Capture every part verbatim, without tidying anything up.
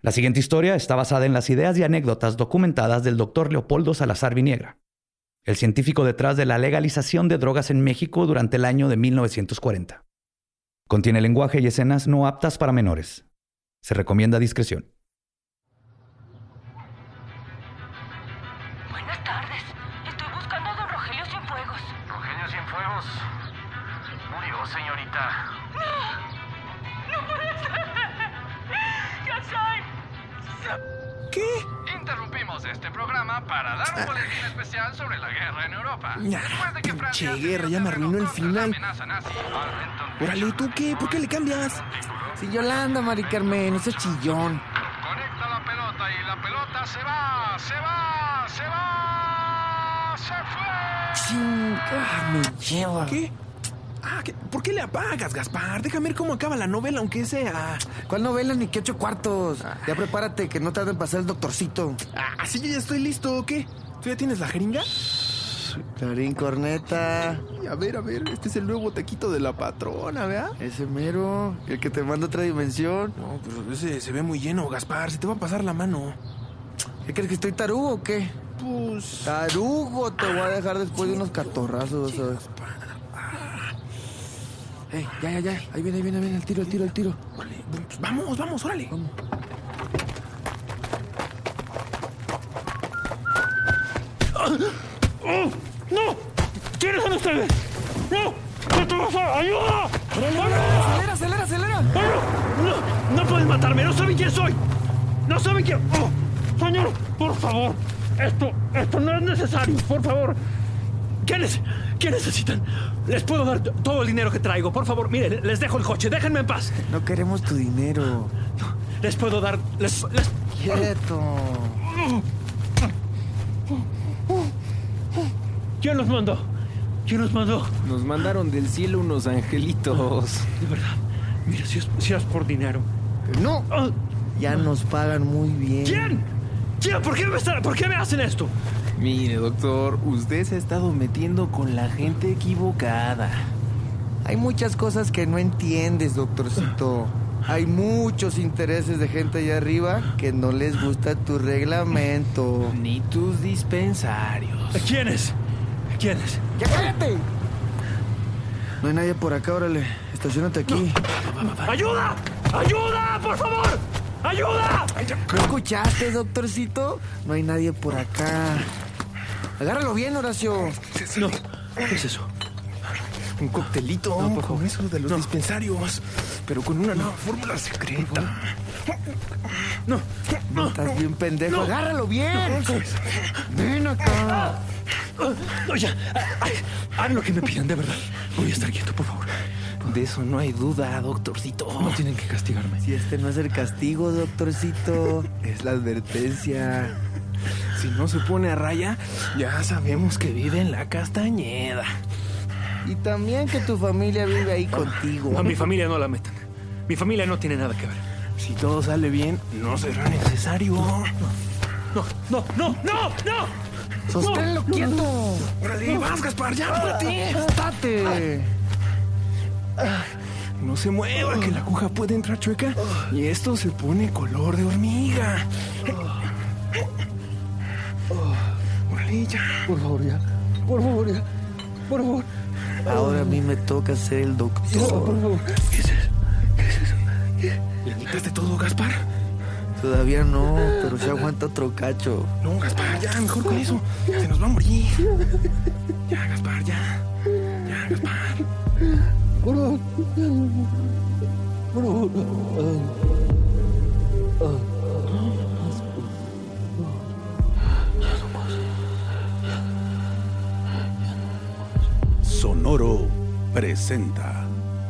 La siguiente historia está basada en las ideas y anécdotas documentadas del doctor Leopoldo Salazar Viniegra, el científico detrás de la legalización de drogas en México durante el año de mil novecientos cuarenta. Contiene lenguaje y escenas no aptas para menores. Se recomienda discreción. Buenas tardes. Estoy buscando a don Rogelio Cienfuegos. ¿Rogelio Cienfuegos? Murió, señorita. ¡No! ¡No puede ser! ¡Ya soy! ¿Qué? Interrumpimos este programa para dar un boletín especial sobre la guerra en Europa. Ya, Después de que Francia che, guerra, ya me arruinó el final. amenaza nazi, Arlington Órale, ¿tú qué? ¿Por qué le cambias? Sí, Yolanda, Mari Carmen, no seas chillón. conecta la pelota y la pelota se va, se va, se va, se fue. Ching, ah, me lleva. ¿Qué? Ah, ¿qué? ¿Por qué le apagas, Gaspar? Déjame ver cómo acaba la novela, aunque sea. ¿Cuál novela ni qué ocho cuartos? Ya prepárate, que no tarde en pasar el doctorcito. Ah, sí, yo ya estoy listo, ¿qué? ¿Tú ya tienes la jeringa? Clarín corneta. Y a ver, a ver, este es el nuevo taquito de la patrona, ¿verdad? Ese mero, el que te manda a otra dimensión. No, pero ese se ve muy lleno, Gaspar. Se te va a pasar la mano. ¿Qué crees que estoy tarugo o qué? Pues... Tarugo te voy a dejar después de unos catorrazos, ¿sabes? Ey, ya, ya, ya. Ahí viene, ahí viene, ahí viene. El tiro, el tiro, el tiro. Vale, pues vamos, vamos, órale. Vamos. ¡Oh! ¡No! ¿Quiénes son ustedes? ¡No! ¿Qué te pasa? ¡Ayuda! ¡Acelera, acelera, acelera! ¡Oh, no! ¡No! ¡No pueden matarme! ¡No saben quién soy! ¡No saben quién! ¡Oh! ¡Señor! ¡Por favor! Esto... Esto no es necesario. ¡Por favor! ¿Qué, ne- ¿Qué necesitan? Les puedo dar t- todo el dinero que traigo. Por favor, miren, les dejo el coche. Déjenme en paz. No queremos tu dinero. Les puedo dar... Les... les... Quieto. ¿Quién los mandó? ¿Quién los mandó? Nos mandaron del cielo unos angelitos. De verdad. Mira, si es, si es por dinero. No. Oh, Ya nos pagan muy bien. ¿Quién? ¿Quién? ¿Por qué me, están- ¿Por qué me hacen esto? Mire, doctor, usted se ha estado metiendo con la gente equivocada. Hay muchas cosas que no entiendes, doctorcito. Hay muchos intereses de gente allá arriba que no les gusta tu reglamento. Ni tus dispensarios. ¿Quiénes? ¿Quiénes? ¡Ya cállate! No hay nadie por acá, órale. Estacionate aquí. ¡Ayuda! ¡Ayuda! ¡Por favor! ¡Ayuda! ¿No escuchaste, doctorcito? No hay nadie por acá. Agárralo bien, Horacio. No. ¿Qué es eso? Un coctelito No, por con favor. eso de los No. dispensarios, pero con una nueva fórmula secreta. No. No. Estás bien pendejo. No. Agárralo bien. Ven acá. No, ya. Ay, hagan lo que me pidan, de verdad. Voy a estar quieto, por favor. De eso no hay duda, doctorcito. No tienen que castigarme. Si este no es el castigo, doctorcito, es la advertencia. Si no se pone a raya, ya sabemos que vive en la Castañeda. Y también que tu familia vive ahí contigo. A mi familia no la metan. Mi familia no tiene nada que ver. Si todo sale bien, no será necesario. No, no, no, no, no. ¡Sosténlo quieto! ¡Órale, vas, Gaspar, ya, apúrate! ¡Estate! No se mueva, que la aguja puede entrar chueca y esto se pone color de hormiga. ¡Órale, ya! Por favor, ya. Por favor, ya. Por favor. Ahora a mí me toca ser el Ya, doctor. por favor. ¿Qué es eso? ¿Qué es eso? ¿Qué? ¿Le quitaste todo, Gaspar? Todavía no, pero se aguanta otro cacho. No, Gaspar, ya, mejor con eso. Se nos va a morir. Ya, Gaspar, ya. Ya, Gaspar. Por favor. Por favor. Sonoro presenta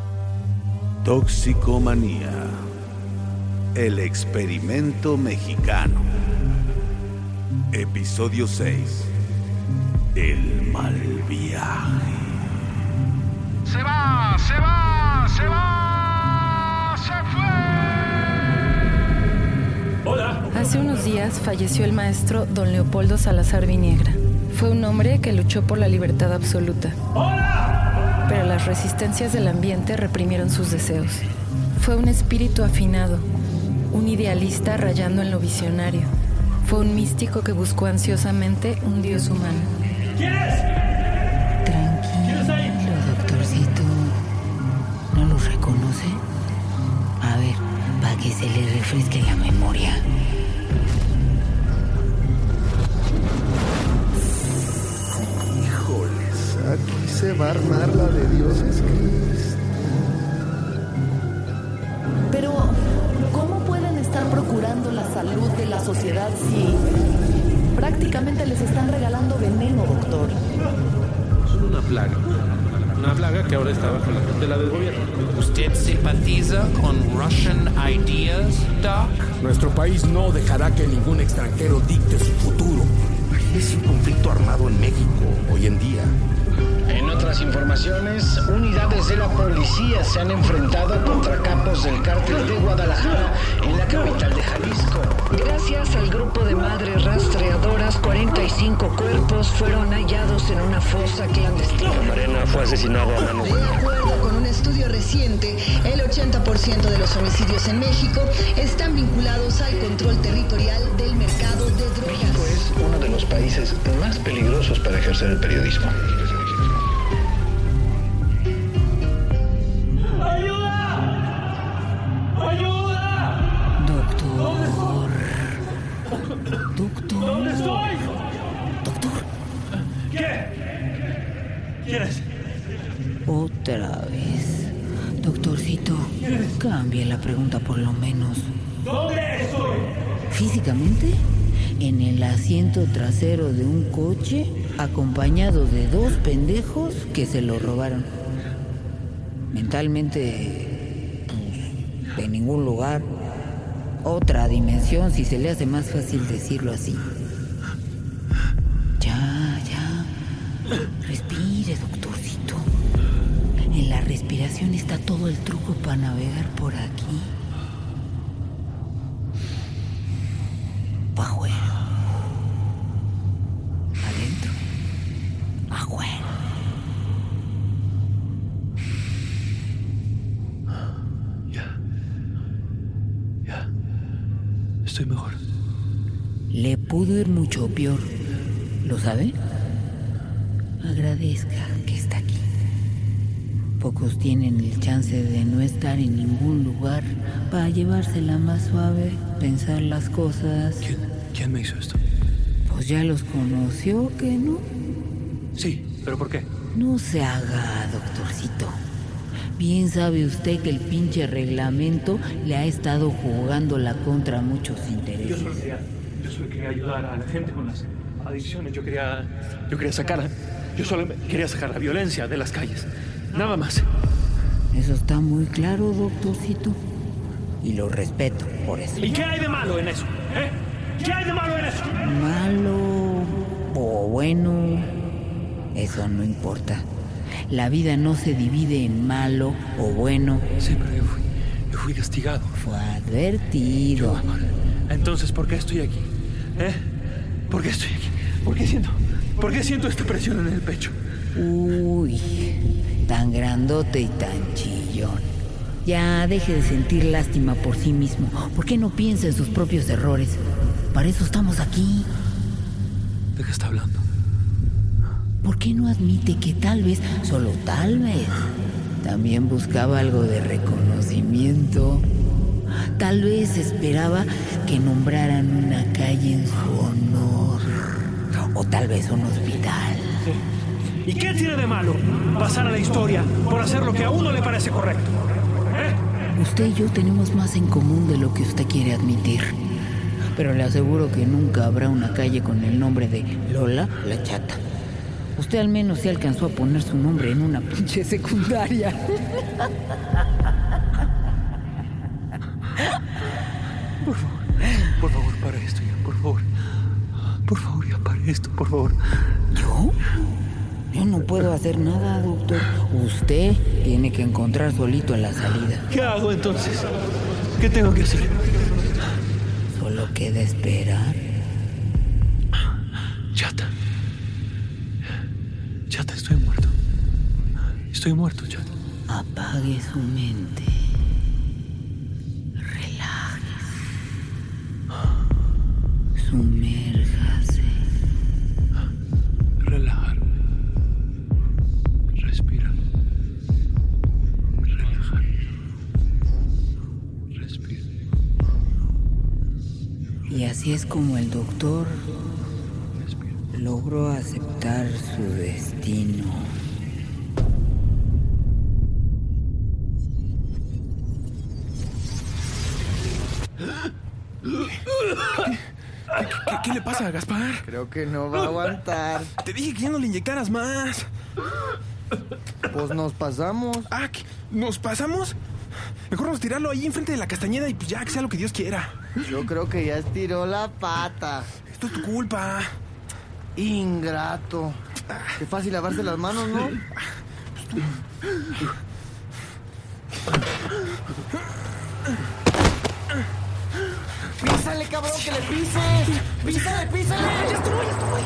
Toxicomanía, el experimento mexicano. Episodio seis. El mal viaje. Se va, se va, se va, se fue. Hola. Hace unos días falleció el maestro don Leopoldo Salazar Viniegra. Fue un hombre que luchó por la libertad absoluta. ¡Hola! Pero las resistencias del ambiente reprimieron sus deseos. Fue un espíritu afinado, un idealista rayando en lo visionario. Fue un místico que buscó ansiosamente un dios humano. ¿Quién es? Tranquilo, doctorcito. ¿No los reconoce? A ver, para que se le refresque la memoria. Híjoles, aquí se va a armar la de Dios es Cristo. Pero, ¿cómo pueden estar procurando la salud de la sociedad si prácticamente les están regalando veneno, doctor? Son una plaga. Una plaga que ahora está bajo la tutela del gobierno. ¿Usted simpatiza con Russian Ideas, Doc? Nuestro país no dejará que ningún extranjero dicte su futuro. Es un conflicto armado en México hoy en día. En otras informaciones, unidades de la policía se han enfrentado contra capos del cártel de Guadalajara en la capital de Jalisco. Gracias al grupo de madres rastreadoras, cuarenta y cinco cuerpos fueron hallados en una fosa clandestina. Camarena fue asesinado a mano. De acuerdo con un estudio reciente, el ochenta por ciento de los homicidios en México están vinculados al control territorial del mercado de drogas. México es uno de los países más peligrosos para ejercer el periodismo. Doctor. ¿Dónde estoy? Doctor. ¿Qué? ¿Quién es? Otra vez. Doctorcito, cambie la pregunta por lo menos. ¿Dónde estoy? Físicamente, en el asiento trasero de un coche, acompañado de dos pendejos que se lo robaron. Mentalmente, pues, de ningún lugar. Otra dimensión, si se le hace más fácil decirlo así. Ya, ya. Respire, doctorcito. En la respiración está todo el truco para navegar por aquí. Pa' afuera. Adentro. Afuera. Estoy mejor. Le pudo ir mucho peor. ¿Lo sabe? Agradezca que está aquí. Pocos tienen el chance de no estar en ningún lugar para llevársela más suave, pensar las cosas. ¿Quién, quién me hizo esto? Pues ya los conoció, ¿que no? Sí, ¿pero por qué? No se haga, doctorcito. Bien sabe usted que el pinche reglamento le ha estado jugando la contra a muchos intereses. Yo solo quería, yo solo quería ayudar a la gente con las adicciones. Yo quería, yo quería sacar, yo solo quería sacar la violencia de las calles. Nada más. Eso está muy claro, doctorcito. Y lo respeto por eso. ¿Y qué hay de malo en eso? ¿Eh? ¿Qué hay de malo en eso? Malo o bueno, eso no importa. La vida no se divide en malo o bueno. Sí, pero yo fui, yo fui castigado. Fue advertido. Yo, entonces, ¿por qué estoy aquí? ¿Eh? ¿Por qué estoy aquí? ¿Por qué siento, por qué siento esta presión en el pecho? Uy, tan grandote y tan chillón. Ya deje de sentir lástima por sí mismo. ¿Por qué no piensa en sus propios errores? Para eso estamos aquí. ¿De qué está hablando? ¿Por qué no admite que tal vez, solo tal vez, también buscaba algo de reconocimiento? Tal vez esperaba que nombraran una calle en su honor. O tal vez un hospital. ¿Y qué tiene de malo pasar a la historia por hacer lo que a uno le parece correcto? ¿Eh? Usted y yo tenemos más en común de lo que usted quiere admitir. Pero le aseguro que nunca habrá una calle con el nombre de Lola la Chata. Usted al menos se alcanzó a poner su nombre en una pinche secundaria. Por favor, por favor, para esto ya, por favor. Por favor, ya para esto, por favor. ¿Yo? Yo no puedo hacer nada, doctor. Usted tiene que encontrar solito la salida. ¿Qué hago entonces? ¿Qué tengo que hacer? Solo queda esperar. Chata. Chata, estoy muerto. Estoy muerto, Chata. Apague su mente. Relájese. Sumérjase. Relajar. Respirar. Relajar. Respirar. Y así es como el doctor logró aceptar su destino. ¿Qué, qué, qué le pasa a Gaspar? Creo que no va a aguantar. Te dije que ya no le inyectaras más. Pues nos pasamos. Ah, ¿qué? ¿Nos pasamos? Mejor nos tirarlo ahí enfrente de la Castañeda y pues ya que sea lo que Dios quiera. Yo creo que ya estiró la pata. Esto es tu culpa. Ingrato. Qué fácil lavarse las manos, ¿no? ¡Písale, cabrón, que le pises! ¡Písale, písale! ¡Ya estuvo, ya estuvo!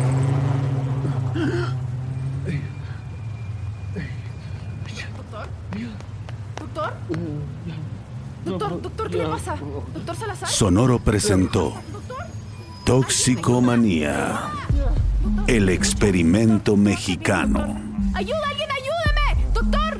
¿Doctor? ¿Doctor? Doctor, doctor, ¿qué le pasa? ¿Doctor Salazar? Sonoro presentó Toxicomanía, el experimento mexicano. ¡Ayuda, alguien, ayúdeme! ¡Doctor!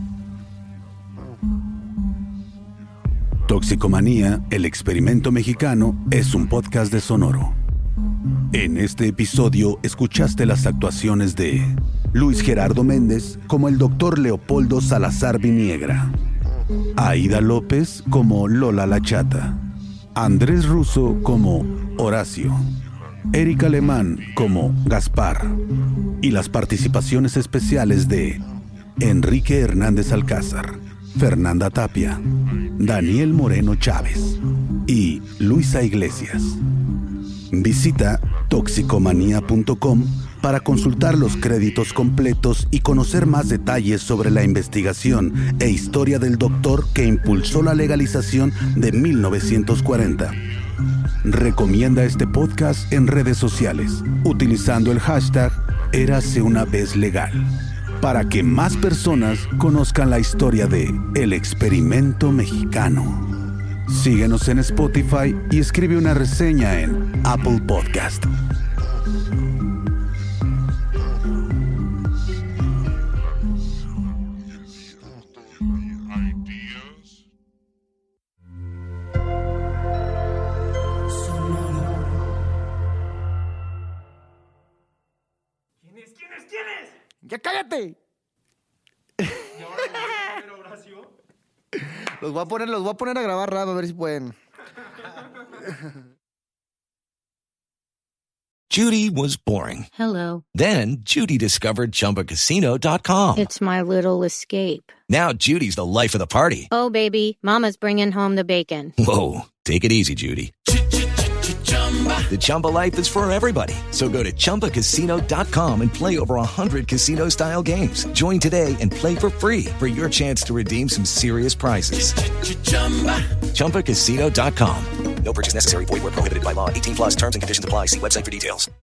Toxicomanía, el experimento mexicano, es un podcast de Sonoro. En este episodio escuchaste las actuaciones de Luis Gerardo Méndez como el doctor Leopoldo Salazar Viniegra, Aida López como Lola la Chata, Andrés Russo como Horacio, Erika Alemán como Gaspar, y las participaciones especiales de Enrique Hernández Alcázar, Fernanda Tapia, Daniel Moreno Chávez y Luisa Iglesias. Visita toxicomanía punto com para consultar los créditos completos y conocer más detalles sobre la investigación e historia del doctor que impulsó la legalización de mil novecientos cuarenta. Recomienda este podcast en redes sociales utilizando el hashtag Érase una vez legal para que más personas conozcan la historia de El Experimento Mexicano. Síguenos en Spotify y escribe una reseña en Apple Podcast. ¿Quién es? ¿Quién es? ¿Quién es? ¡Ya cállate! ¿Y ahora me vas a poner Horacio? Los voy a poner, los voy a poner a grabar rap, a ver si pueden. Judy was boring. Hello. Then Judy discovered Chumba Casino dot com. It's my little escape. Now Judy's the life of the party. Oh, baby, mama's bringing home the bacon. Whoa, take it easy, Judy. The Chumba life is for everybody. So go to Chumba Casino dot com and play over one hundred casino-style games. Join today and play for free for your chance to redeem some serious prizes. Chumba Casino dot com. No purchase necessary. Void where prohibited by law. eighteen plus terms and conditions apply. See website for details.